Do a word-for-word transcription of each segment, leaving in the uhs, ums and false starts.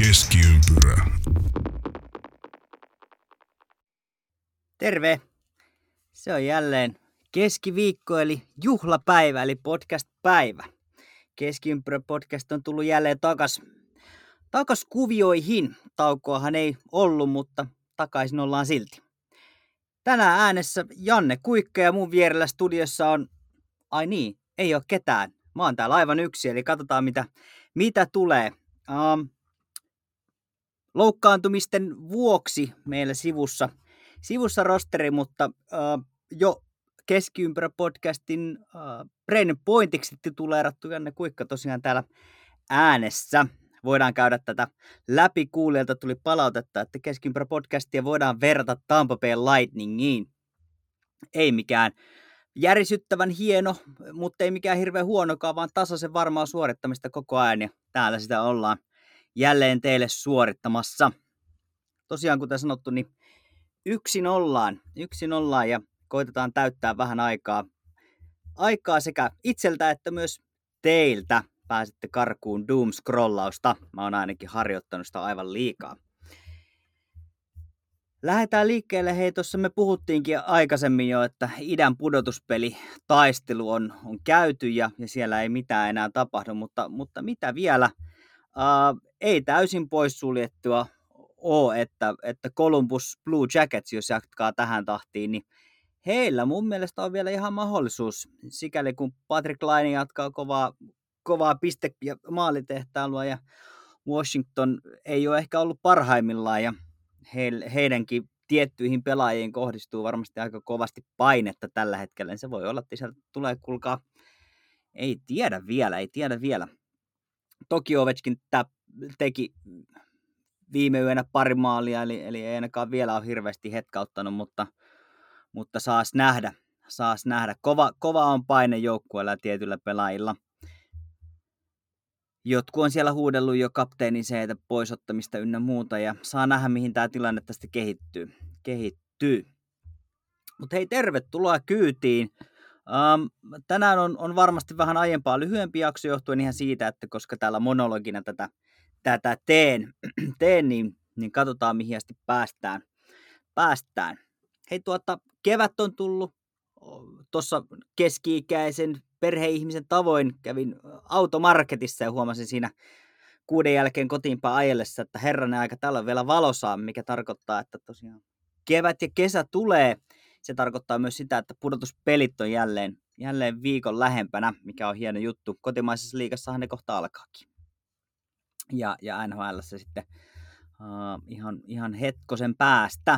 Keskiympyrä. Terve! Se on jälleen keskiviikko eli juhlapäivä eli podcast-päivä. Keskiympyrä podcast on tullut jälleen takas, takas kuvioihin. Taukoahan ei ollut, mutta takaisin ollaan silti. Tänään äänessä Janne Kuikka ja mun vierellä studiossa on... Ai niin, ei ole ketään. Mä oon täällä aivan yksin, eli katsotaan mitä, mitä tulee. Um, loukkaantumisten vuoksi meillä sivussa, sivussa rosteri, mutta uh, jo Keskiympyrä-podcastin uh, Brain Pointiksi tituleerattu Janne Kuikka tosiaan täällä äänessä. Voidaan käydä tätä läpi. Kuulijoilta tuli palautetta, että Keskiympyrä-podcastia voidaan verrata Tampa Bay Lightningiin. Ei mikään järisyttävän hieno, mutta ei mikään hirveän huonokaan, vaan tasaisen varmaa suorittamista koko ajan. Ja täällä sitä ollaan jälleen teille suorittamassa. Tosiaan, kuten sanottu, niin yksin ollaan. Yksin ollaan ja koitetaan täyttää vähän aikaa. Aikaa sekä itseltä että myös teiltä. Pääsette karkuun Doom-scrollausta. Mä oon ainakin harjoittanut sitä aivan liikaa. Lähdetään liikkeelle. Hei, tuossa me puhuttiinkin aikaisemmin jo, että idän pudotuspeli taistelu on, on käyty ja, ja siellä ei mitään enää tapahdu, mutta, mutta mitä vielä? Uh, ei täysin poissuljettua ole, että, että Columbus Blue Jackets, jos jatkaa tähän tahtiin, niin heillä mun mielestä on vielä ihan mahdollisuus, sikäli kun Patrick Laine jatkaa kovaa, kovaa piste- ja maalitehtailua ja Washington ei ole ehkä ollut parhaimmillaan ja he, heidänkin tiettyihin pelaajiin kohdistuu varmasti aika kovasti painetta tällä hetkellä. Se voi olla, että sieltä tulee, kuulkaa, ei tiedä vielä, ei tiedä vielä. Toki Ovechkin teki viime yönä pari maalia, eli, eli ei ainakaan vielä ole hirveästi hetkauttanut, mutta, mutta saas nähdä, saas nähdä. Kova, kova on paine joukkueella ja tietyillä pelaajilla. Jotkut on siellä huudellut jo kapteenin seitä poisottamista ynnä muuta, ja saa nähdä, mihin tämä tilanne tästä kehittyy. kehittyy. Mutta hei, tervetuloa kyytiin. Um, tänään on, on varmasti vähän aiempaa lyhyempi jakso johtuen ihan siitä, että koska täällä monologina tätä, tätä teen, teen niin, niin katsotaan mihin asti päästään. päästään. Hei, tuota, kevät on tullut. Tuossa keski-ikäisen perheihmisen tavoin kävin automarketissa ja huomasin siinä kuuden jälkeen kotiinpäin ajellessa, että herranen aika, täällä on vielä valosaa, mikä tarkoittaa, että tosiaan kevät ja kesä tulee. Se tarkoittaa myös sitä, että pudotuspelit on jälleen, jälleen viikon lähempänä, mikä on hieno juttu. Kotimaisessa liigassahan ne kohta alkaakin. Ja, ja N H L:ssä sitten uh, ihan, ihan hetkosen päästä.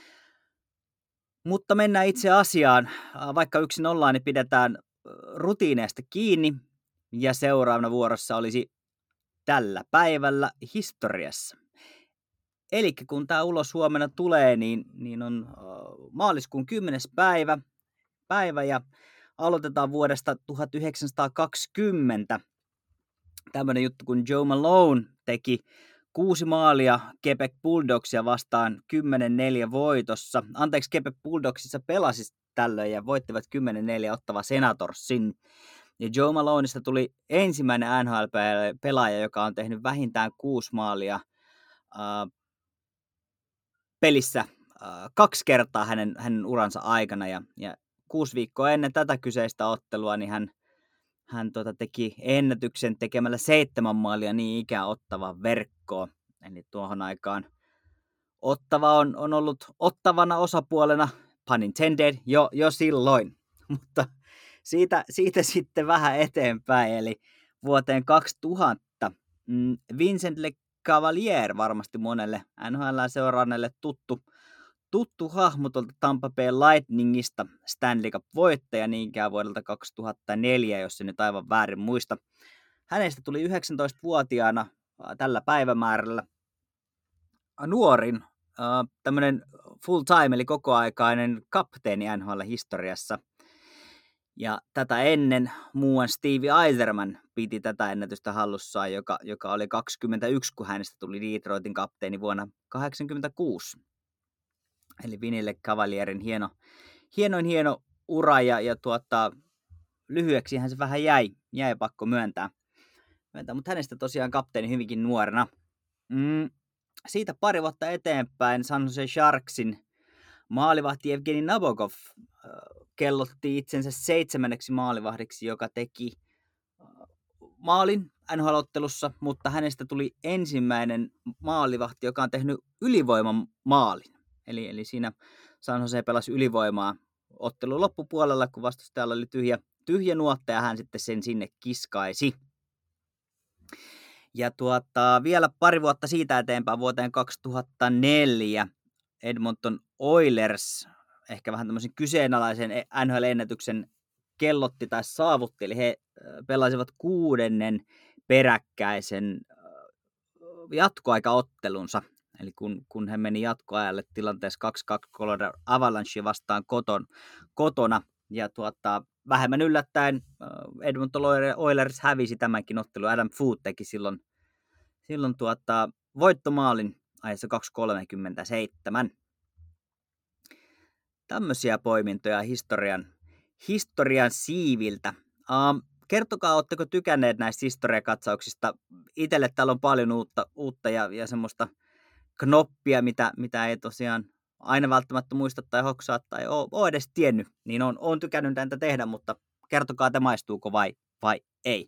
Mutta mennään itse asiaan. Vaikka yksin ollaan, niin pidetään rutiineista kiinni. Ja seuraavana vuorossa olisi tällä päivällä historiassa. Eli kun tämä ulos huomenna tulee, niin, niin on uh, maaliskuun kymmenes päivä, päivä ja aloitetaan vuodesta tuhatyhdeksänsataakaksikymmentä. Tämmöinen juttu, kun Joe Malone teki kuusi maalia Quebec Bulldogsia vastaan kymmenen neljä voitossa. Anteeksi, Quebec Bulldogsissa pelasi tällöin ja voittivat kymmenen neljä Ottawa Senatorsin. Ja Joe Maloneista tuli ensimmäinen N H L-pelaaja, joka on tehnyt vähintään kuusi maalia uh, pelissä uh, kaksi kertaa hänen, hänen uransa aikana. Ja, ja kuusi viikkoa ennen tätä kyseistä ottelua, niin hän, hän tota, teki ennätyksen tekemällä seitsemän maalia niin ikään Ottawan verkkoon. Eli tuohon aikaan Ottawa on, on ollut ottavana osapuolena, pun intended, jo, jo silloin. Mutta siitä, siitä sitten vähän eteenpäin, eli vuoteen kaksituhatta. Vincent LeCavalier varmasti monelle N H L-seuraaneelle tuttu, tuttu hahmo tuolta Tampa Bay Lightningista, Stanley Cup-voittaja niinkään vuodelta kaksituhattaneljä, jos se nyt aivan väärin muista. Hänestä tuli yhdeksäntoistavuotiaana tällä päivämäärällä nuorin, tämmöinen full-time eli kokoaikainen kapteeni N H L-historiassa. Ja tätä ennen muuan Stevie Yzerman piti tätä ennätystä hallussaan, joka, joka oli kaksikymmentäyksi, kun hänestä tuli Detroitin kapteeni vuonna kahdeksankymmentäkuusi. Eli Vinille Cavalierin hieno, hienoin hieno ura ja, ja tuota, lyhyeksihän se vähän jäi, jäi pakko myöntää. myöntää. Mutta hänestä tosiaan kapteeni hyvinkin nuorena. Mm, siitä pari vuotta eteenpäin San Jose Sharksin maalivahti Evgeni Nabokov äh, kellotti itsensä seitsemänneksi maalivahdiksi, joka teki äh, maalin N H L-ottelussa, mutta hänestä tuli ensimmäinen maalivahti, joka on tehnyt ylivoiman maalin. Eli, eli siinä San Jose pelasi ylivoimaa ottelun loppupuolella, kun vastustajalla oli tyhjä, tyhjä nuotta ja hän sitten sen sinne kiskaisi. Ja tuota, vielä pari vuotta siitä eteenpäin vuoteen kaksituhattaneljä Edmonton Oilers ehkä vähän tämmöisen kyseenalaisen N H L-ennätyksen kellotti tai saavutti, eli he pelasivat kuudennen peräkkäisen jatkoaikaottelunsa, eli kun, kun he meni jatkoajalle tilanteessa kaksi kaksi Colorado Avalanche vastaan koton, kotona, ja tuota, vähemmän yllättäen Edmonton Oilers hävisi tämänkin ottelun. Adam Foote teki silloin, silloin tuota, voittomaalin ajassa kaksi kolmekymmentäseitsemän. Tämmöisiä poimintoja historian, historian siiviltä. Um, kertokaa, ootteko tykänneet näistä historiakatsauksista? Itselle täällä on paljon uutta, uutta ja, ja semmoista knoppia, mitä, mitä ei tosiaan aina välttämättä muista tai hoksaa tai ole, ole edes tiennyt. Niin on, on tykännyt näitä tehdä, mutta kertokaa, että maistuuko vai, vai ei.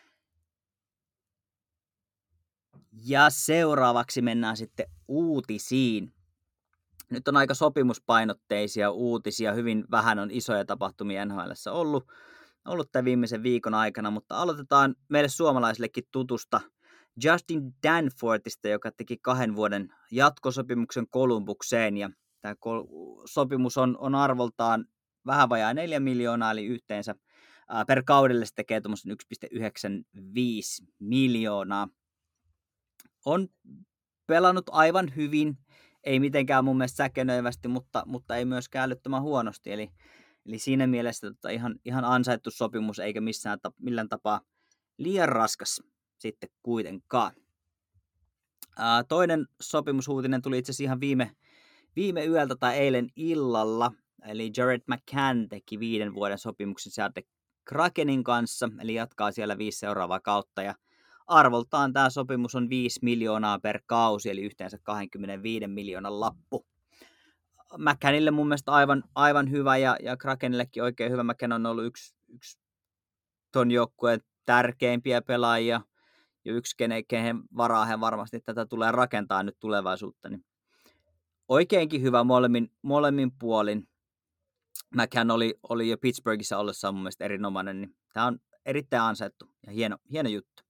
Ja seuraavaksi mennään sitten uutisiin. Nyt on aika sopimuspainotteisia uutisia, hyvin vähän on isoja tapahtumia N H L:ssä ollut, ollut tämän viimeisen viikon aikana, mutta aloitetaan meille suomalaisillekin tutusta Justin Danforthista, joka teki kahden vuoden jatkosopimuksen Columbukseen, ja tämä sopimus on, on arvoltaan vähän vajaa neljä miljoonaa, eli yhteensä ää, per kaudelle se tekee tuommoisen yksi pilkku yhdeksänkymmentäviisi miljoonaa. On pelannut aivan hyvin, ei mitenkään mun mielestä säkenöivästi, mutta, mutta ei myöskään älyttömän huonosti. Eli, eli siinä mielessä tota, ihan, ihan ansaittu sopimus, eikä missään tap, millään tapaa liian raskas sitten kuitenkaan. Ää, toinen sopimusuutinen tuli itse asiassa ihan viime, viime yöltä tai eilen illalla. Eli Jared McCann teki viiden vuoden sopimuksen sieltä Krakenin kanssa, eli jatkaa siellä viisi seuraavaa kautta. Ja arvoltaan tämä sopimus on viisi miljoonaa per kausi, eli yhteensä kaksikymmentäviisi miljoonan lappu. McCannille mun mielestä aivan, aivan hyvä, ja, ja Krakenillekin oikein hyvä. McCann on ollut yksi, yksi ton joukkueen tärkeimpiä pelaajia, ja yksi, kenen, kenen varaa he varmasti tätä tulee rakentaa nyt tulevaisuutta. Niin oikeinkin hyvä molemmin, molemmin puolin. McCann oli, oli jo Pittsburghissa ollessaan mun mielestä erinomainen, niin tämä on erittäin ansaittu ja hieno, hieno juttu.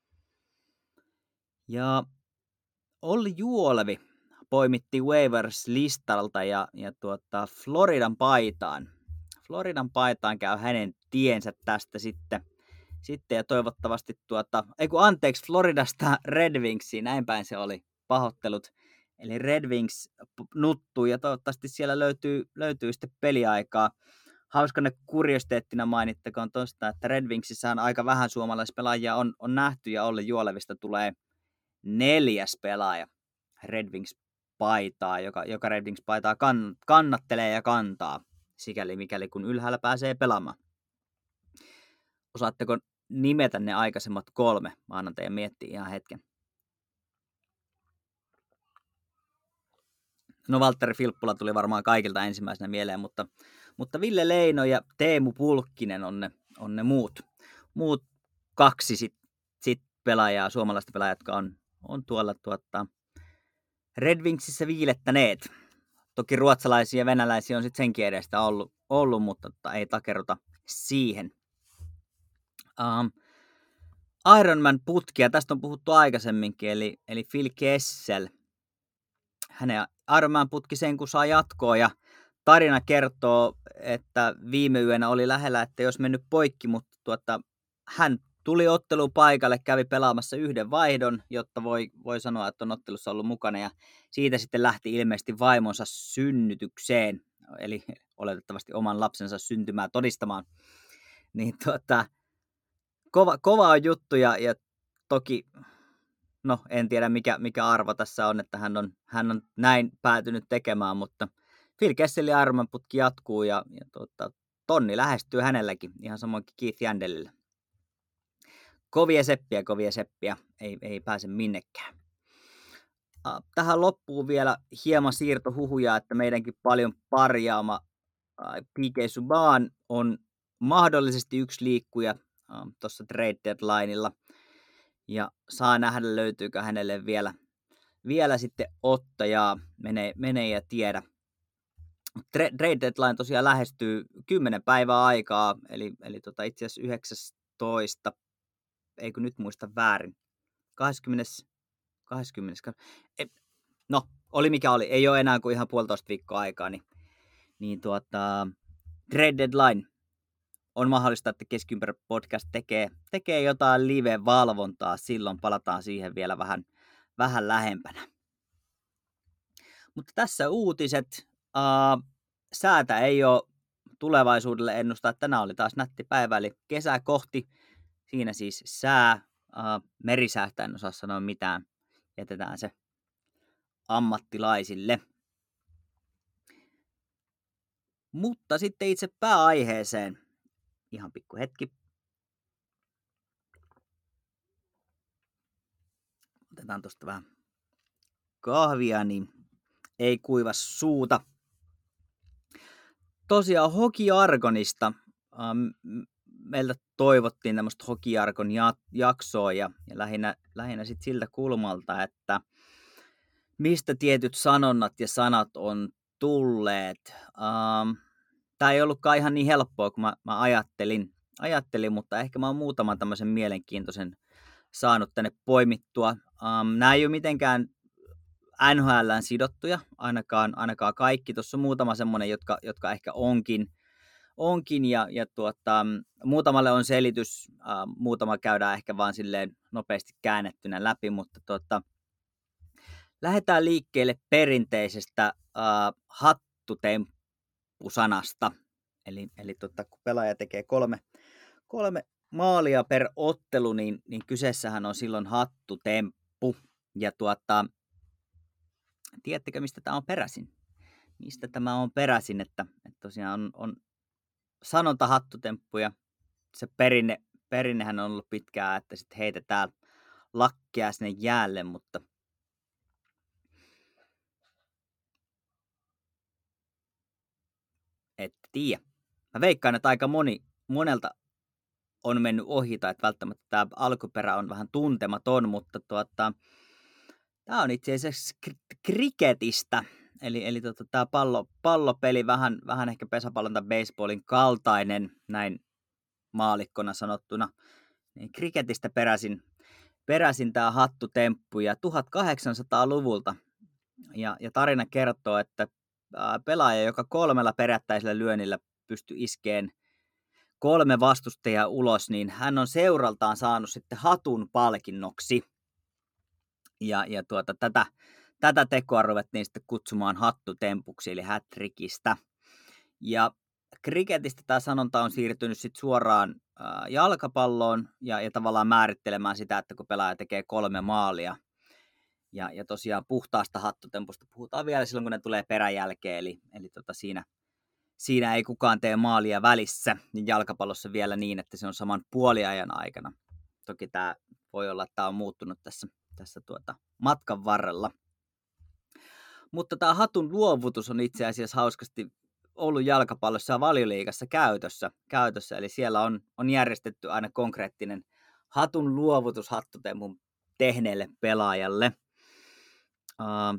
Ja Olli Juolevi poimitti waivers-listalta ja, ja tuota, Floridan paitaan. Floridan paitaan käy hänen tiensä tästä sitten, sitten ja toivottavasti tuota, ei kun anteeksi, Floridasta Red Wingsiin, näin päin se oli, pahoittelut. Eli Red Wings nuttuu ja toivottavasti siellä löytyy, löytyy sitten peliaikaa. Hauskana kuriositeettina mainittakoon tuosta, että Red Wingsissähän aika vähän suomalaispelaajia on, on nähty ja Olli Juolevista tulee neljäs pelaaja Red Wings-paitaa, joka, joka Red Wings-paitaa kann, kannattelee ja kantaa, sikäli mikäli kun ylhäällä pääsee pelaamaan. Osaatteko nimetä ne aikaisemmat kolme? Mä annan teidän miettiä ihan hetken. No Valtteri Filppula tuli varmaan kaikilta ensimmäisenä mieleen, mutta, mutta Ville Leino ja Teemu Pulkkinen on ne, on ne muut, muut kaksi sit, sit pelaajaa, suomalaista pelaajaa, jotka on, on tuolla tuota, Red Wingsissä viilettäneet. Toki ruotsalaisia ja venäläisiä on sitten senkin edestä ollut, ollut mutta tota, ei takeruta siihen. Um, Ironman-putkia, tästä on puhuttu aikaisemminkin, eli, eli Phil Kessel. Hänen Ironman-putki sen kun saa jatkoa, ja tarina kertoo, että viime yönä oli lähellä, että jos mennyt poikki, mutta tuota, hän tuli otteluun paikalle, kävi pelaamassa yhden vaihdon, jotta voi, voi sanoa, että on ottelussa ollut mukana, ja siitä sitten lähti ilmeisesti vaimonsa synnytykseen, eli oletettavasti oman lapsensa syntymää todistamaan. Niin tuota, kova, kova on juttu, ja, ja toki, no en tiedä mikä, mikä arvo tässä on, että hän on, hän on näin päätynyt tekemään, mutta Phil Kesselin Ironman-putki jatkuu, ja, ja tuota, tonni lähestyy hänelläkin, ihan samoin kuin Keith Yandelillä. Kovia seppiä, kovia seppiä, ei, ei pääse minnekään. Äh, Tähän loppuu vielä hieman siirtohuhuja, että meidänkin paljon parjaama äh, P K Subban on mahdollisesti yksi liikkuja äh, tuossa trade deadlineilla. Ja saa nähdä, löytyykö hänelle vielä, vielä sitten ottajaa, menee, menee ja tiedä. Trade deadline tosiaan lähestyy kymmenen päivää aikaa, eli, eli tota itse asiassa yhdeksästoista, eikö nyt muista väärin, kaksikymmentä, kaksikymmentä, no oli mikä oli, ei ole enää kuin ihan puolitoista viikkoa aikaa, niin, niin tuota, trade deadline on mahdollista, että Keskiympärä podcast tekee, tekee jotain live-valvontaa, silloin palataan siihen vielä vähän, vähän lähempänä. Mutta tässä uutiset. Uh, säätä ei ole tulevaisuudelle ennustaa. Tänään oli taas nätti päivä, eli kesää kohti. Siinä siis sää. Uh, merisäästä en osaa sanoa mitään. Jätetään se ammattilaisille. Mutta sitten itse pääaiheeseen. Ihan pikku hetki. Otetaan tuosta vähän kahvia, niin ei kuiva suuta. Tosiaan Hoki Argonista. Ähm, meiltä toivottiin tämmöistä Hoki Argon jaksoa ja, ja lähinnä, lähinnä sit siltä kulmalta, että mistä tietyt sanonnat ja sanat on tulleet. Ähm, Tämä ei ollutkaan ihan niin helppoa kuin mä, mä ajattelin, ajattelin, mutta ehkä mä oon muutaman tämmöisen mielenkiintoisen saanut tänne poimittua. Ähm, nämä ei ole mitenkään N H L:ään sidottuja, ainakaan, ainakaan kaikki. Tuossa on muutama semmoinen, jotka, jotka ehkä onkin, onkin ja, ja tuota, muutamalle on selitys, äh, muutama käydään ehkä vaan silleen nopeasti käännettynä läpi, mutta tuota, lähdetään liikkeelle perinteisestä äh, hattutemppusanasta. Eli, eli tuota, kun pelaaja tekee kolme, kolme maalia per ottelu, niin, niin kyseessähän on silloin hattutemppu. Ja tuota, tiedättekö, mistä tämä on peräisin? Mistä tämä on peräisin, että, että tosiaan on, on sanonta hattutemppu ja se perinne, perinnehän on ollut pitkään, että sitten heitetään lakkia sinne jäälle, mutta et tiedä. Mä veikkaan, että aika moni, monelta on mennyt ohi, tai että välttämättä tämä alkuperä on vähän tuntematon, mutta tuota, tämä on itse asiassa kriketistä. Eli, eli tota, tämä pallo, pallopeli vähän, vähän ehkä pesäpallon tai baseballin kaltainen, näin maalikkona sanottuna. Niin kriketistä peräisin, peräisin tämä hattutemppu ja tuhatkahdeksansataaluvulta. Ja, ja tarina kertoo, että ää, pelaaja, joka kolmella perättäisellä lyönnillä pystyi iskeen kolme vastustajaa ulos, niin hän on seuraltaan saanut sitten hatun palkinnoksi. Ja, ja tuota, tätä, tätä tekoa ruvettiin sitten kutsumaan hattutempuksi, eli hat-trickistä. Ja kriketistä tämä sanonta on siirtynyt sitten suoraan ää, jalkapalloon ja, ja tavallaan määrittelemään sitä, että kun pelaaja tekee kolme maalia. Ja, ja tosiaan puhtaasta hattutempusta puhutaan vielä silloin, kun ne tulee peräjälkeen, eli, eli tota siinä, siinä ei kukaan tee maalia välissä. Niin jalkapallossa vielä niin, että se on saman puoliajan aikana. Toki tämä voi olla, että tämä on muuttunut tässä, tässä tuota matkan varrella. Mutta tämä hatun luovutus on itse asiassa hauskasti ollut jalkapallossa ja Valioliigassa käytössä, käytössä. Eli siellä on, on järjestetty aina konkreettinen hatun luovutus hattutempun tehneelle pelaajalle. Uh,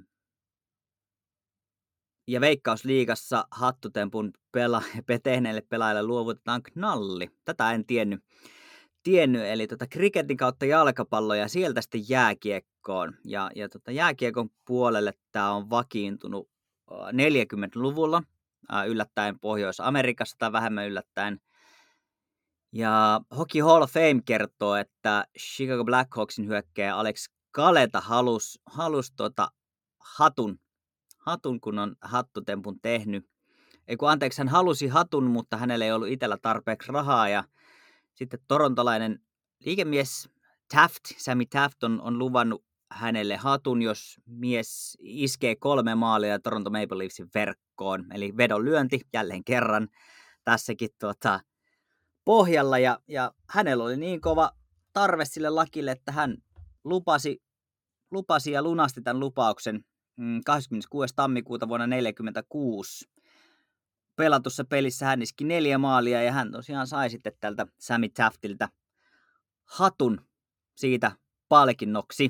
ja Veikkausliigassa hattutempun pela- tehneelle pelaajalle luovutetaan knalli. Tätä en tiennyt. tiennyt eli tota kriketin kautta jalkapallo ja sieltä sitten jääkiekkoon. Ja, ja tota jääkiekon puolelle tämä on vakiintunut uh, neljäkymmentäluvulla, uh, yllättäen Pohjois-Amerikassa tai vähemmän yllättäen. Ja Hockey Hall of Fame kertoo, että Chicago Blackhawksin hyökkääjä Alex Kaleta halusi halus tota hatun, hatun, kun on hattutempun tehnyt. Ei kun anteeksi, hän halusi hatun, mutta hänellä ei ollut itsellä tarpeeksi rahaa. Ja sitten torontolainen liikemies Taft, Sammy Taft on, on luvannut hänelle hatun, jos mies iskee kolme maalia Toronto Maple Leafsin verkkoon. Eli vedonlyönti jälleen kerran tässäkin tuota, pohjalla. Ja, ja hänellä oli niin kova tarve sille lakille, että hän lupasi, lupasi ja lunasti tämän lupauksen kahdeskymmeneskuudes tammikuuta vuonna neljäkymmentäkuusi. Pelatussa pelissä hän iski neljä maalia ja hän tosiaan sai sitten tältä Sammy Taftiltä hatun siitä palkinnoksi.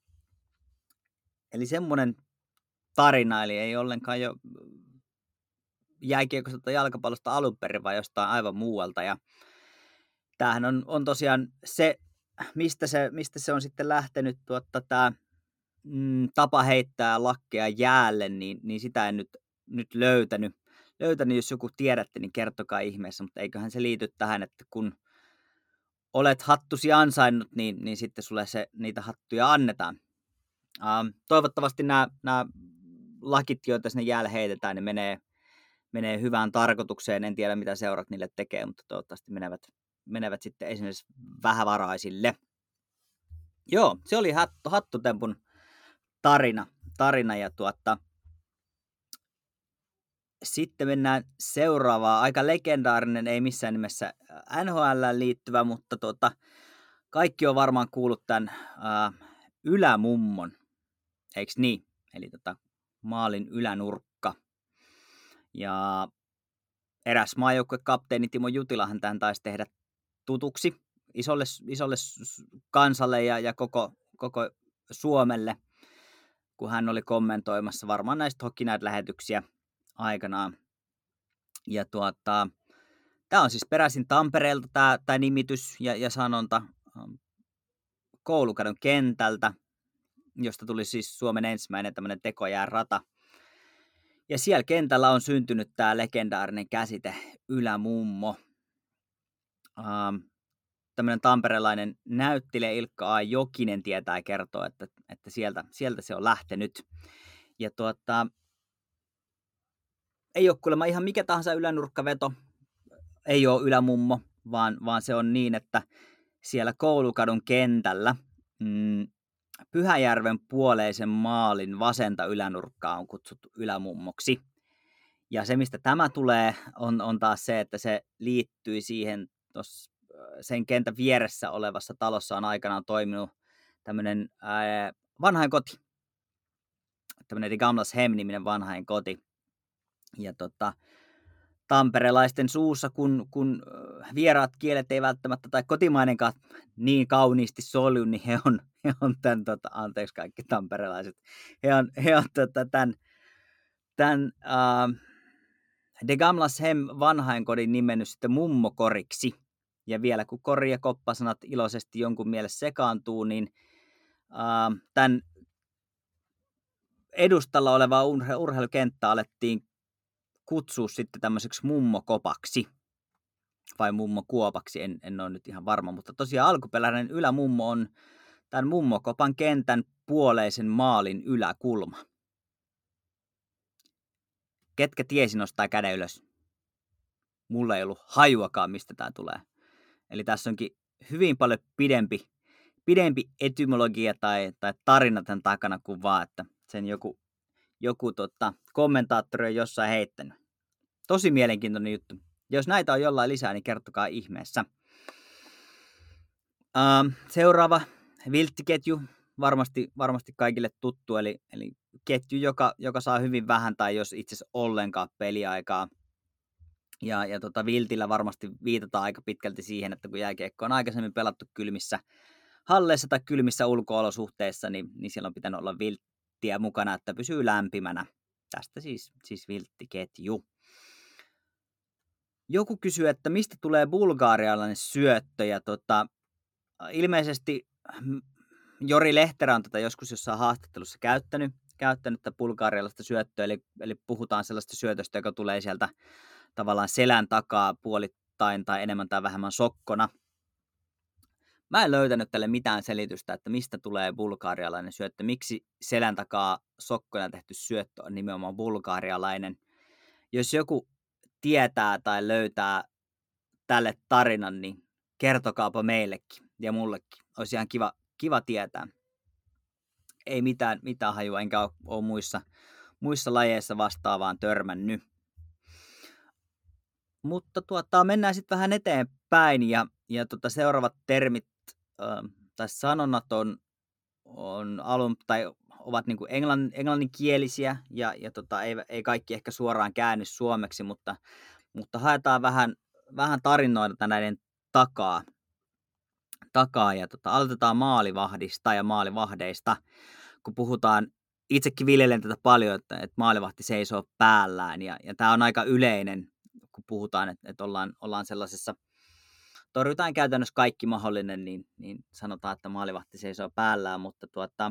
Eli semmoinen tarina, eli ei ollenkaan jo jääkiekosta tai jalkapallosta alun perin, vaan jostain aivan muualta. Ja tämähän on, on tosiaan se, mistä se, mistä se on sitten lähtenyt tuotta tämä mm, tapa heittää lakkeja jäälle, niin, niin sitä en nyt, nyt löytänyt. löytänyt. Jos joku tiedätte, niin kertokaa ihmeessä, mutta eiköhän se liity tähän, että kun olet hattusi ansainnut, niin, niin sitten sulle se, niitä hattuja annetaan. Uh, toivottavasti nämä, nämä lakit, joita sinne jäälle heitetään, ne menee, menee hyvään tarkoitukseen. En tiedä, mitä seurat niille tekee, mutta toivottavasti menevät, menevät sitten esimerkiksi vähävaraisille. Joo, se oli hattu, hattutempun tarina. tarina ja tuotta, sitten mennään seuraavaan. Aika legendaarinen, ei missään nimessä N H L:ään liittyvä, mutta tuota, kaikki on varmaan kuullut tämän uh, ylämummon. Eiks niin? Eli tota, maalin ylänurkka. Ja eräs maajoukkuekapteeni Timo Jutilahan tämän taisi tehdä tutuksi isolle, isolle kansalle ja, ja koko, koko Suomelle, kun hän oli kommentoimassa varmaan näistä Hockey Night-lähetyksiä aikanaan. Ja tuota, tämä on siis peräisin Tampereelta tämä, tämä nimitys ja, ja sanonta Koulukadun kentältä, josta tuli siis Suomen ensimmäinen tämmöinen tekojäärata. Ja siellä kentällä on syntynyt tämä legendaarinen käsite ylämummo. Ähm, tämmöinen tamperelainen näyttelijä Ilkka A. Jokinen tietää kertoa, että, että sieltä, sieltä se on lähtenyt. Ja tuota, ei ole kuulemma ihan mikä tahansa ylänurkkaveto, ei ole ylämummo, vaan, vaan se on niin, että siellä Koulukadun kentällä mm, Pyhäjärven puoleisen maalin vasenta ylänurkkaa on kutsuttu ylämummoksi. Ja se, mistä tämä tulee, on, on taas se, että se liittyy siihen, tos, sen kentän vieressä olevassa talossa on aikanaan toiminut tämmöinen ää, vanhainkoti. Tämmöinen De Gamlas Hem-niminen vanhainkoti. Ja tota, tamperelaisten suussa, kun, kun vieraat kielet ei välttämättä, tai kotimainenkaan niin kauniisti solju, niin he on, he on tämän, tota, anteeksi kaikki tamperelaiset, he on, he on tota, tämän, tämän uh, De Gamlas Hem vanhainkodin nimennyt sitten mummokoriksi. Ja vielä kun kori ja koppasanat iloisesti jonkun mielessä sekaantuu, niin uh, tämän edustalla olevaa urheilukenttää alettiin kutsua sitten tämmöiseksi mummokopaksi vai mummokuopaksi, en, en ole nyt ihan varma, mutta tosiaan alkuperäinen ylämummo on tämän mummokopan kentän puoleisen maalin yläkulma. Ketkä tiesi nostaa käden ylös? Mulla ei ollut hajuakaan, mistä tämä tulee. Eli tässä onkin hyvin paljon pidempi, pidempi etymologia tai, tai tarina tämän takana kuin vaan, että sen joku Joku tota, kommentaattori on jossain heittänyt. Tosi mielenkiintoinen juttu. Jos näitä on jollain lisää, niin kertokaa ihmeessä. Uh, seuraava vilttiketju, varmasti, varmasti kaikille tuttu, eli, eli ketju, joka, joka saa hyvin vähän tai jos itse asiassa ollenkaan peliaikaa. Ja, ja tota, viltillä varmasti viitataan aika pitkälti siihen, että kun jääkiekko on aikaisemmin pelattu kylmissä halleissa tai kylmissä ulko-olosuhteissa, niin, niin siellä on pitänyt olla viltti mukana, että pysyy lämpimänä. Tästä siis, siis vilttiketju. Joku kysyy, että mistä tulee bulgaarialainen syöttö, ja tota, ilmeisesti Jori Lehterä on tätä joskus jossain haastattelussa käyttänyt, käyttänyt tätä bulgaarialaista syöttöä, eli, eli puhutaan sellaista syötöstä, joka tulee sieltä tavallaan selän takaa puolittain tai enemmän tai vähemmän sokkona. Mä en löytänyt tälle mitään selitystä, että mistä tulee bulgaarialainen syöttö. Miksi selän takaa sokkona tehty syöttö on nimenomaan bulgaarialainen. Jos joku tietää tai löytää tälle tarinan, niin kertokaapa meillekin ja mullekin. Olisi ihan kiva, kiva tietää. Ei mitään, mitään hajua, enkä ole, ole muissa, muissa lajeissa vastaavaan törmännyt. Mutta tuota, mennään sitten vähän eteenpäin ja, ja tuota, seuraavat termit tai sanonnat on on alun, tai ovat niin kuin englann, englanninkielisiä, ja, ja tota, ei, ei kaikki ehkä suoraan käänny suomeksi, mutta, mutta haetaan vähän, vähän tarinoita näiden takaa. takaa ja tota, aloitetaan maalivahdista ja maalivahdeista, kun puhutaan, itsekin viljelen tätä paljon, että, että maalivahti seisoo päällään, ja, ja tämä on aika yleinen, kun puhutaan, että, että ollaan, ollaan sellaisessa, torjutaan käytännössä kaikki mahdollinen, niin, niin sanotaan, että maalivahti seisoo päällään, mutta tuota,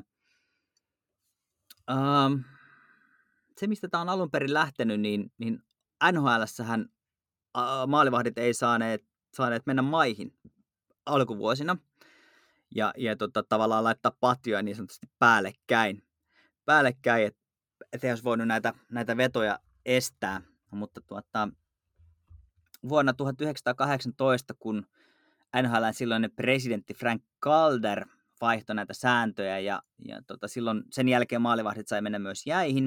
ähm, se, mistä tämä on alun perin lähtenyt, niin, niin N H L:ssähän äh, maalivahdit ei saaneet, saaneet mennä maihin alkuvuosina, ja, ja tota, tavallaan laittaa patjoja niin sanotusti päällekkäin, päällekkäin että et ei olisi voinut näitä, näitä vetoja estää, mutta tuota, vuonna tuhatyhdeksänsataakahdeksantoista, kun N H L:n silloinen presidentti Frank Calder vaihtoi näitä sääntöjä, ja, ja tota, silloin sen jälkeen maalivahdit sai mennä myös jäihin,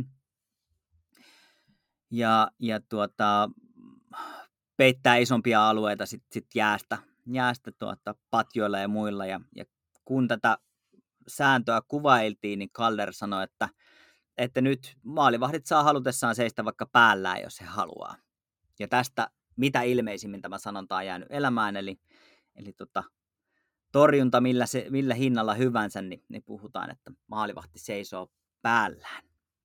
ja, ja tuota, peittää isompia alueita sit, sit jäästä, jäästä tuota, patjoilla ja muilla, ja, ja kun tätä sääntöä kuvailtiin, niin Calder sanoi, että, että nyt maalivahdit saa halutessaan seistä vaikka päällään, jos he haluaa. Ja tästä mitä ilmeisimmin tämä sanonta on jäänyt elämään, eli, eli tota, torjunta millä, se, millä hinnalla hyvänsä, niin, niin puhutaan, että maalivahti seisoo päällään.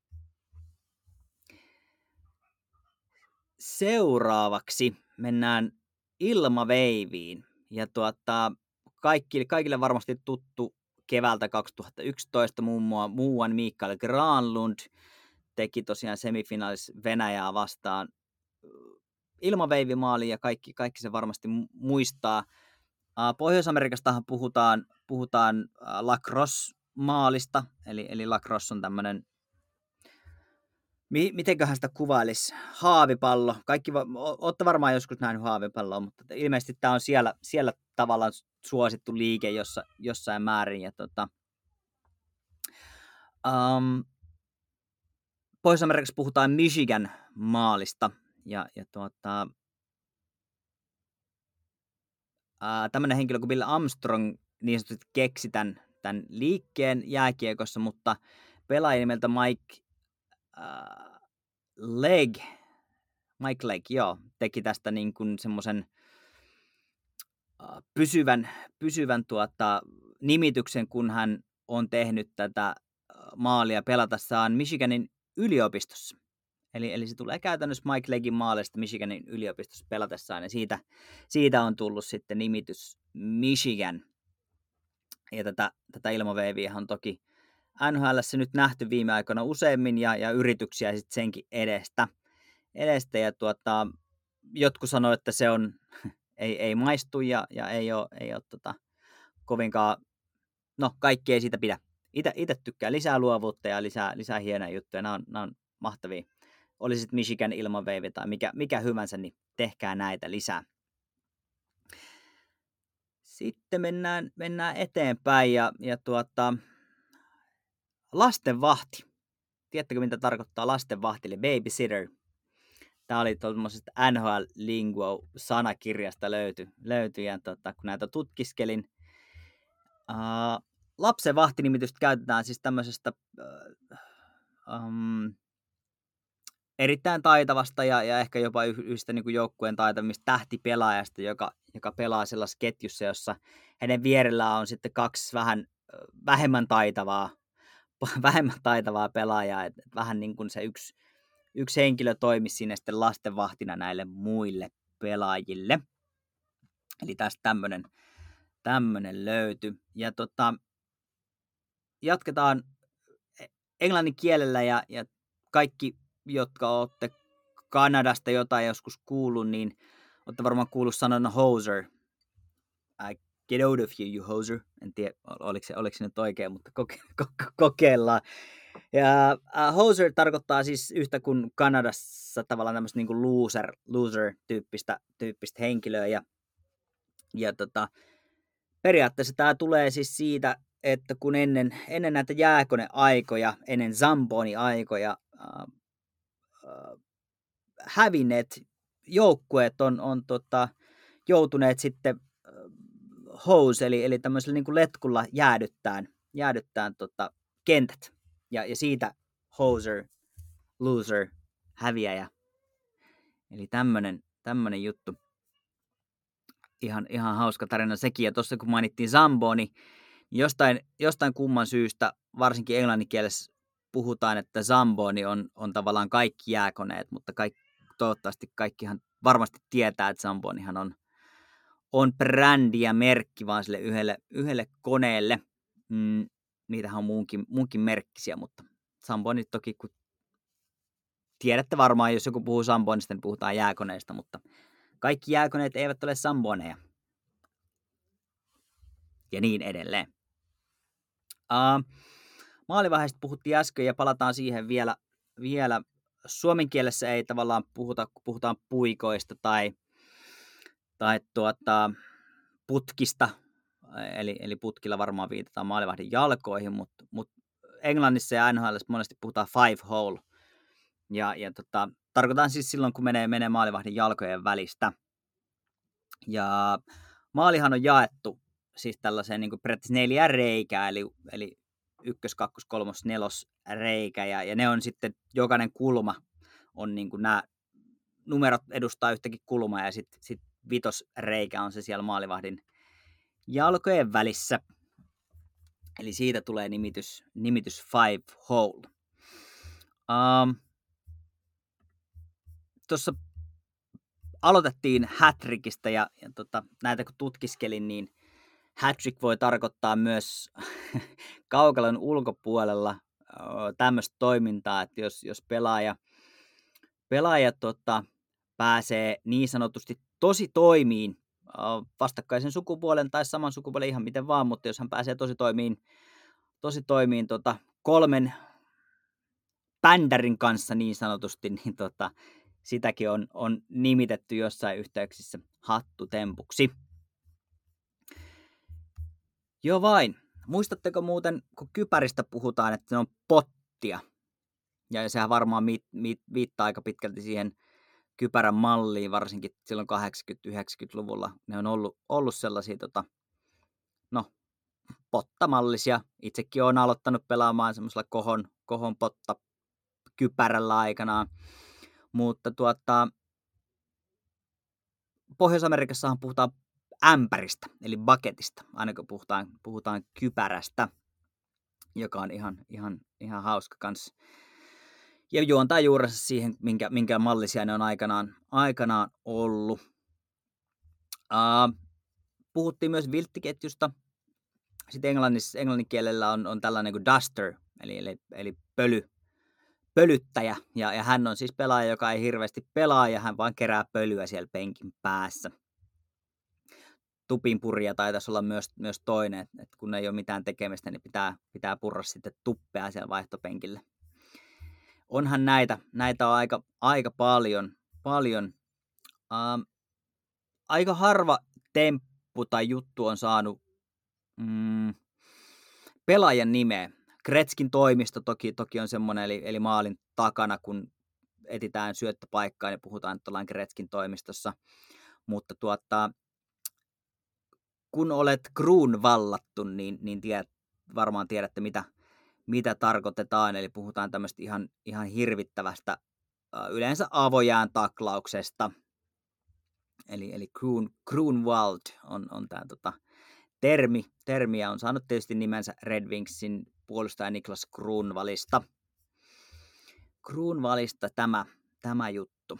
Seuraavaksi mennään ilmaveiviin, ja tuota, kaikille, kaikille varmasti tuttu keväältä kaksituhattayksitoista muun muuan Mikael Granlund teki tosiaan semifinaalissa Venäjää vastaan ilmaveivimaali, ja kaikki, kaikki se varmasti muistaa. Pohjois-Amerikastahan puhutaan, puhutaan lacrosse-maalista, eli, eli lacrosse on tämmöinen, mitenköhän sitä kuvailisi, haavipallo. Kaikki, olette varmaan joskus nähnyt haavipalloa, mutta ilmeisesti tämä on siellä, siellä tavallaan suosittu liike jossa, jossain määrin. Ja tota, um, Pohjois-Amerikassa puhutaan Michigan maalista, ja, ja tuota, uh, tämmöinen henkilö kuin Bill Armstrong niin sanotusti keksi tämän, tämän liikkeen jääkiekossa, mutta pelaaja nimeltä Mike uh, Legg, Mike Legg, joo, teki tästä niin kuin semmoisen uh, pysyvän, pysyvän tuota, nimityksen, kun hän on tehnyt tätä uh, maalia pelatessaan Michiganin yliopistossa. Eli, eli se tulee käytännössä Mike Leggin maalista Michiganin yliopistossa pelatessaan, ja siitä, siitä on tullut sitten nimitys Michigan. Ja tätä, tätä ilmaveiviä on toki N H L:ssä nyt nähty viime aikoina useammin, ja, ja yrityksiä sitten senkin edestä. edestä ja tuota, jotkut sanoo, että se on, ei, ei maistu, ja, ja ei ole, ei ole tota, kovinkaan, no kaikki ei siitä pidä. Itse tykkää lisää luovuutta ja lisää, lisää hienoja juttuja, nämä on, nämä on mahtavia. Oli sitten Michigan ilmaveivi tai mikä, mikä hyvänsä, niin tehkää näitä lisää. Sitten mennään, mennään eteenpäin, ja, ja tuota, lastenvahti. Tiedättekö, mitä tarkoittaa lastenvahti, eli babysitter? Tämä oli tuollaisesta N H L-lingo-sanakirjasta löyty, löyty ja tuota, kun näitä tutkiskelin. Uh, lapsenvahti-nimitystä käytetään siis tämmöisestä uh, um, erittäin taitavasta ja, ja ehkä jopa yhdestä niin kuin joukkueen taitavista tähtipelaajasta, joka, joka pelaa sellaisessa ketjussa, jossa hänen vierellään on sitten kaksi vähän vähemmän taitavaa, vähemmän taitavaa pelaajaa, että vähän niin kuin se yksi, yksi henkilö toimisi siinä sitten lastenvahtina näille muille pelaajille. Eli tästä tämmöinen tämmöinen löyty. Ja tota, jatketaan englannin kielellä, ja, ja kaikki, jotka olette Kanadasta jotain joskus kuullut, niin olette varmaan kuullut sanan hoser. I get out of you, you hoser. En tiedä, oliko se, oliko se nyt oikein, mutta koke, koke, kokeillaan. Ja uh, hoser tarkoittaa siis yhtä kuin Kanadassa tavallaan tämmöistä niin kuin loser, loser-tyyppistä tyyppistä henkilöä. Ja, ja tota, periaatteessa tämä tulee siis siitä, että kun ennen, ennen näitä jääkoneaikoja, ennen Zamboni-aikoja, äh, äh, hävinneet joukkueet on, on tota, joutuneet sitten äh, hose, eli, eli tämmöisellä niin kuin letkulla jäädyttään, jäädyttää tota, kentät. Ja, ja siitä hoser, loser, häviäjä. Eli tämmönen, tämmönen juttu. Ihan, ihan hauska tarina sekin. Ja tuossa kun mainittiin Zambo, niin jostain, jostain kumman syystä, varsinkin englanninkielessä puhutaan, että Zamboni on, on tavallaan kaikki jääkoneet, mutta kaikki, toivottavasti kaikkihan varmasti tietää, että Zambonihan on, on brändi ja merkki vaan sille yhdelle, yhdelle koneelle. Mm, niitähän on muunkin, muunkin merkkisiä, mutta Zamboni toki, kun tiedätte varmaan, jos joku puhuu Zambonista, niin puhutaan jääkoneista, mutta kaikki jääkoneet eivät ole Zamboneja. Ja niin edelleen. Uh, Maalivaiheesta puhuttiin äsken ja palataan siihen vielä, vielä. Suomen kielessä ei tavallaan puhuta, kun puhutaan puikoista tai, tai tuota, putkista, eli, eli putkilla varmaan viitataan maalivahdin jalkoihin, mutta, mutta Englannissa ja N H L:ssä monesti puhutaan five hole. Ja, ja tota, tarkoitan siis silloin, kun menee, menee maalivahdin jalkojen välistä. Ja maalihan on jaettu siis tällaiseen niin kuin periaatteessa neljä reikää, eli, eli ykkös, kakkos, kolmos, nelos reikä, ja, ja ne on sitten, jokainen kulma on niin kuin nämä numerot edustaa yhtäkin kulmaa, ja sitten sit vitosreikä on se siellä maalivahdin jalkojen välissä. Eli siitä tulee nimitys, nimitys five hole. Um, Tuossa aloitettiin hat-trickistä, ja, ja tota, näitä kun tutkiskelin, niin hat-trick voi tarkoittaa myös kaukalon ulkopuolella tämmöistä toimintaa, että jos, jos pelaaja, pelaaja tota, pääsee niin sanotusti tosi toimiin vastakkaisen sukupuolen tai saman sukupuolen ihan miten vaan, mutta jos hän pääsee tosi toimiin, tosi toimiin tota, kolmen bändärin kanssa niin sanotusti, niin tota, sitäkin on, on nimitetty jossain yhteyksissä hattutempuksi. Joo vain. Muistatteko muuten, kun kypäristä puhutaan, että ne on pottia, ja sehän varmaan mit, mit, viittaa aika pitkälti siihen kypärän malliin, varsinkin silloin kahdeksankymmentä-yhdeksänkymmentäluvulla. Ne on ollut, ollut sellaisia tota, no, pottamallisia. Itsekin olen aloittanut pelaamaan semmoisella kohon, kohon potta kypärällä aikanaan. Mutta tuota, Pohjois-Amerikassahan puhutaan ämpäristä, eli bucketista, aina kun puhutaan, puhutaan kypärästä, joka on ihan, ihan, ihan hauska kanssa. Ja juontaa juurensa siihen, minkä, minkä mallisia ne on aikanaan, aikanaan ollut. Uh, puhuttiin myös vilttiketjusta. Sitten englannin kielellä on, on tällainen kuin duster, eli, eli, eli pöly, pölyttäjä. Ja, ja hän on siis pelaaja, joka ei hirveästi pelaa, ja hän vaan kerää pölyä siellä penkin päässä. Tupinpurja taitaisi olla myös, myös toinen, että kun ei ole mitään tekemistä, niin pitää, pitää purra sitten tuppea siellä vaihtopenkillä. Onhan näitä, näitä on aika, aika paljon. paljon. Uh, aika harva temppu tai juttu on saanut mm, pelaajan nimeä. Gretzkin toimisto toki, toki on semmoinen, eli, eli maalin takana, kun etitään syöttöpaikkaa, niin puhutaan, että ollaan Gretzkin toimistossa. Mutta tuota, kun olet kruunvallattu, niin, niin tiedät, varmaan tiedätte, mitä, mitä tarkoitetaan. Eli puhutaan tämmöistä ihan, ihan hirvittävästä, yleensä avojään taklauksesta. Eli, eli Kruun, Kruunwald on, on tämä tota, termi. Termiä on saanut tietysti nimensä Red Wingsin puolustaja Niklas Kruunvalista. Kruunvalista tämä, tämä juttu.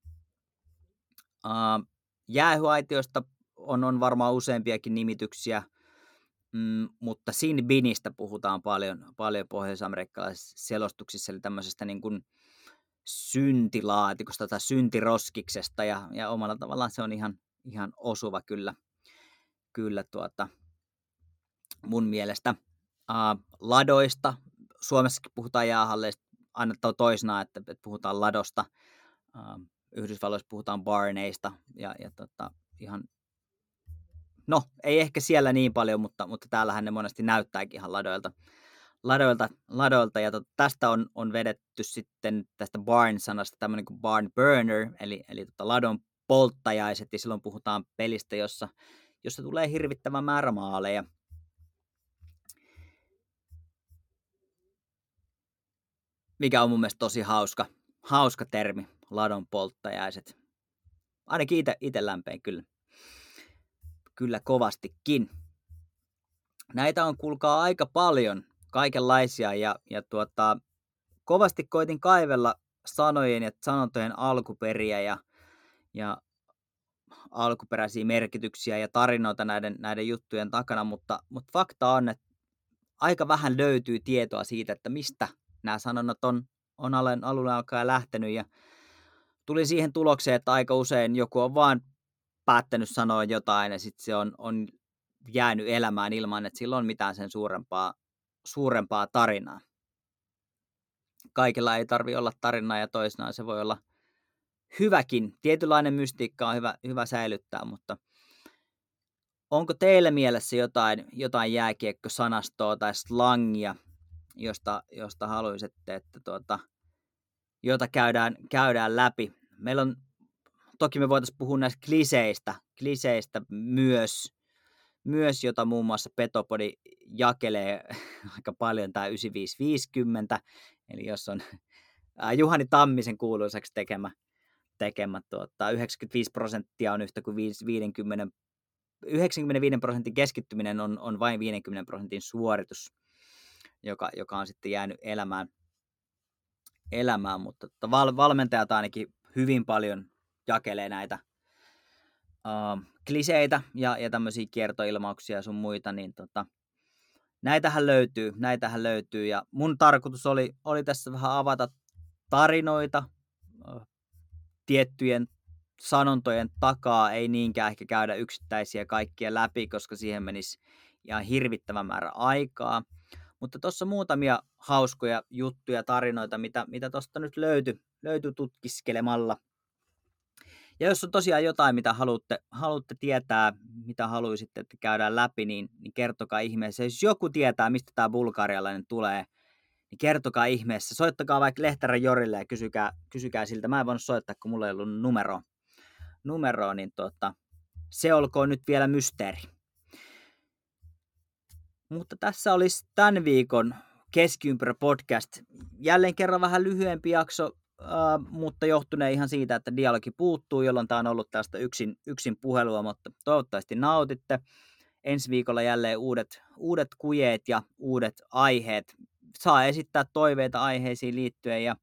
Uh, jäähyaitiosta on, on varmaan useampiakin nimityksiä, mm, mutta Sin Binistä puhutaan paljon, paljon pohjois-amerikkalaisissa selostuksissa, eli tämmöisestä niin kuin syntilaatikosta tai syntiroskiksesta, ja, ja omalla tavallaan se on ihan, ihan osuva kyllä, kyllä tuota, mun mielestä. Uh, ladoista, Suomessakin puhutaan jäähalleista aina toisena, että, että puhutaan ladosta, uh, Yhdysvalloissa puhutaan barneista, ja, ja tota, ihan, no ei ehkä siellä niin paljon, mutta, mutta täällähän ne monesti näyttääkin ihan ladoilta. Ladoilta, ladoilta ja to, tästä on, on vedetty sitten tästä barn-sanasta tämmöinen kuin barn burner, eli, eli tota ladon polttajaiset, ja silloin puhutaan pelistä, jossa, jossa tulee hirvittävä määrä maaleja. mikä on mun mielestä tosi hauska, hauska termi, ladonpolttajaiset. Ainakin ite, ite lämpein kyllä, kyllä kovastikin. Näitä on kuulkaa aika paljon, kaikenlaisia, ja, ja tuota, kovasti koitin kaivella sanojen ja sanontojen alkuperiä ja, ja alkuperäisiä merkityksiä ja tarinoita näiden, näiden juttujen takana, mutta, mutta fakta on, että aika vähän löytyy tietoa siitä, että mistä nämä sanonnat on, on alulle alkaen lähtenyt, ja tuli siihen tulokseen, että aika usein joku on vaan päättänyt sanoa jotain, ja sitten se on, on jäänyt elämään ilman, että sillä on mitään sen suurempaa, suurempaa tarinaa. Kaikilla ei tarvitse olla tarinaa, ja toisinaan se voi olla hyväkin. Tietynlainen mystiikka on hyvä, hyvä säilyttää, mutta onko teillä mielessä jotain, jotain jääkiekkosanastoa tai slangia, josta, josta haluaisitte, että tuota, jota käydään, käydään läpi? Meillä on, toki me voitaisiin puhua näistä kliseistä, kliseistä myös, myös, jota muun muassa Petopodi jakelee aika paljon, tämä yhdeksänkymmentäviisi viisikymmentä, eli jos on äh, Juhani Tammisen kuuluisaksi tekemä, tekemä tuota, yhdeksänkymmentäviisi prosenttia on yhtä kuin viisikymmentä, yhdeksänkymmentäviisi prosentin keskittyminen on, on vain viisikymmentä prosentin suoritus, joka, joka on sitten jäänyt elämään, elämään. Mutta tuota, val, valmentajat ainakin hyvin paljon jakelee näitä uh, kliseitä ja, ja tämmöisiä kiertoilmauksia ja sun muita, niin tota, näitähän löytyy, näitähän löytyy, ja mun tarkoitus oli, oli tässä vähän avata tarinoita uh, tiettyjen sanontojen takaa, ei niinkään ehkä käydä yksittäisiä kaikkia läpi, koska siihen menisi ihan hirvittävä määrä aikaa. Mutta tuossa muutamia hauskoja juttuja, tarinoita, mitä, mitä tuosta nyt löytyi, löytyi tutkiskelemalla. Ja jos on tosiaan jotain, mitä haluatte, haluatte tietää, mitä haluaisitte, että käydään läpi, niin, niin kertokaa ihmeessä. Jos joku tietää, mistä tämä bulgarialainen tulee, niin kertokaa ihmeessä. Soittakaa vaikka Lehterän Jorille ja kysykää, kysykää siltä. Mä en voinut soittaa, kun mulla ei ollut numeroa. numeroa, niin tuota, se olkoon nyt vielä mysteeri. Mutta tässä olisi tämän viikon Keskiympyrä podcast. Jälleen kerran vähän lyhyempi jakso, äh, mutta johtuneen ihan siitä, että dialogi puuttuu, jolloin tämä on ollut tästä yksin, yksin puhelua, mutta toivottavasti nautitte. Ensi viikolla jälleen uudet, uudet kujeet ja uudet aiheet. Saa esittää toiveita aiheisiin liittyen, ja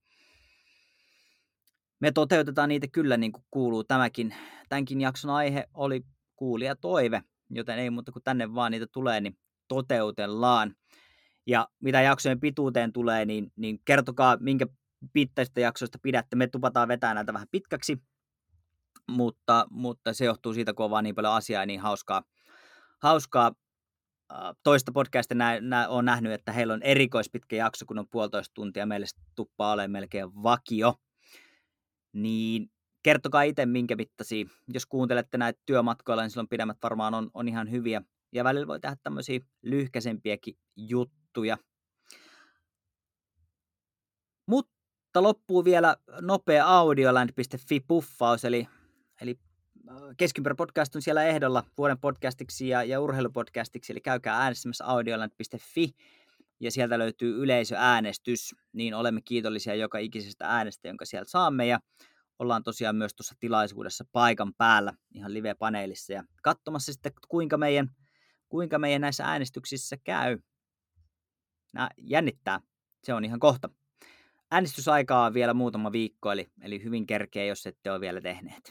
me toteutetaan niitä kyllä niin kuin kuuluu. Tämäkin, tämänkin jakson aihe oli kuulija toive, joten ei muuta kuin tänne vaan niitä tulee, niin toteutellaan. Ja mitä jaksojen pituuteen tulee, niin, niin kertokaa, minkä pittäistä jaksoista pidätte. Me tupataan vetää näitä vähän pitkäksi, mutta, mutta se johtuu siitä, kun on vaan niin paljon asiaa ja niin hauskaa. hauskaa. Toista podcasta nä, nä, on nähnyt, että heillä on erikoispitkä jakso, kun on puolitoista tuntia. Meille tuppaa olemaan melkein vakio. Niin kertokaa itse, minkä mittaisia. Jos kuuntelette näitä työmatkoilla, niin silloin pidemmät varmaan on, on ihan hyviä. Ja välillä voi tehdä tämmöisiä lyhkäisempiäkin juttuja. Mutta loppuu vielä nopea audioland piste fi puffaus, eli, eli Keskiympyrä podcast on siellä ehdolla vuoden podcastiksi ja, ja urheilupodcastiksi, eli käykää äänestämässä audioland piste fi, ja sieltä löytyy yleisöäänestys, niin olemme kiitollisia joka ikisestä äänestä, jonka sieltä saamme, ja ollaan tosiaan myös tuossa tilaisuudessa paikan päällä ihan live-paneelissa ja katsomassa sitten, kuinka meidän, kuinka meidän näissä äänestyksissä käy. Nää jännittää, se on ihan kohta. Äänestysaikaa on vielä muutama viikko, eli, eli hyvin kerkeä, jos ette ole vielä tehneet.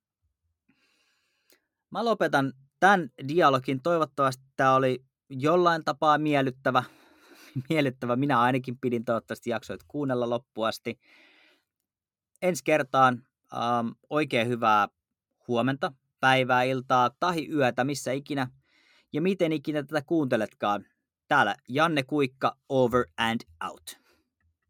Mä lopetan tämän dialogin. Toivottavasti tämä oli jollain tapaa miellyttävä. miellyttävä. Minä ainakin pidin, toivottavasti jaksoit kuunnella loppuun asti. Ensi kertaan ähm, oikein hyvää huomenta, päivää, iltaa tai yötä, missä ikinä ja miten ikinä tätä kuunteletkaan. Täällä Janne Kuikka, over and out.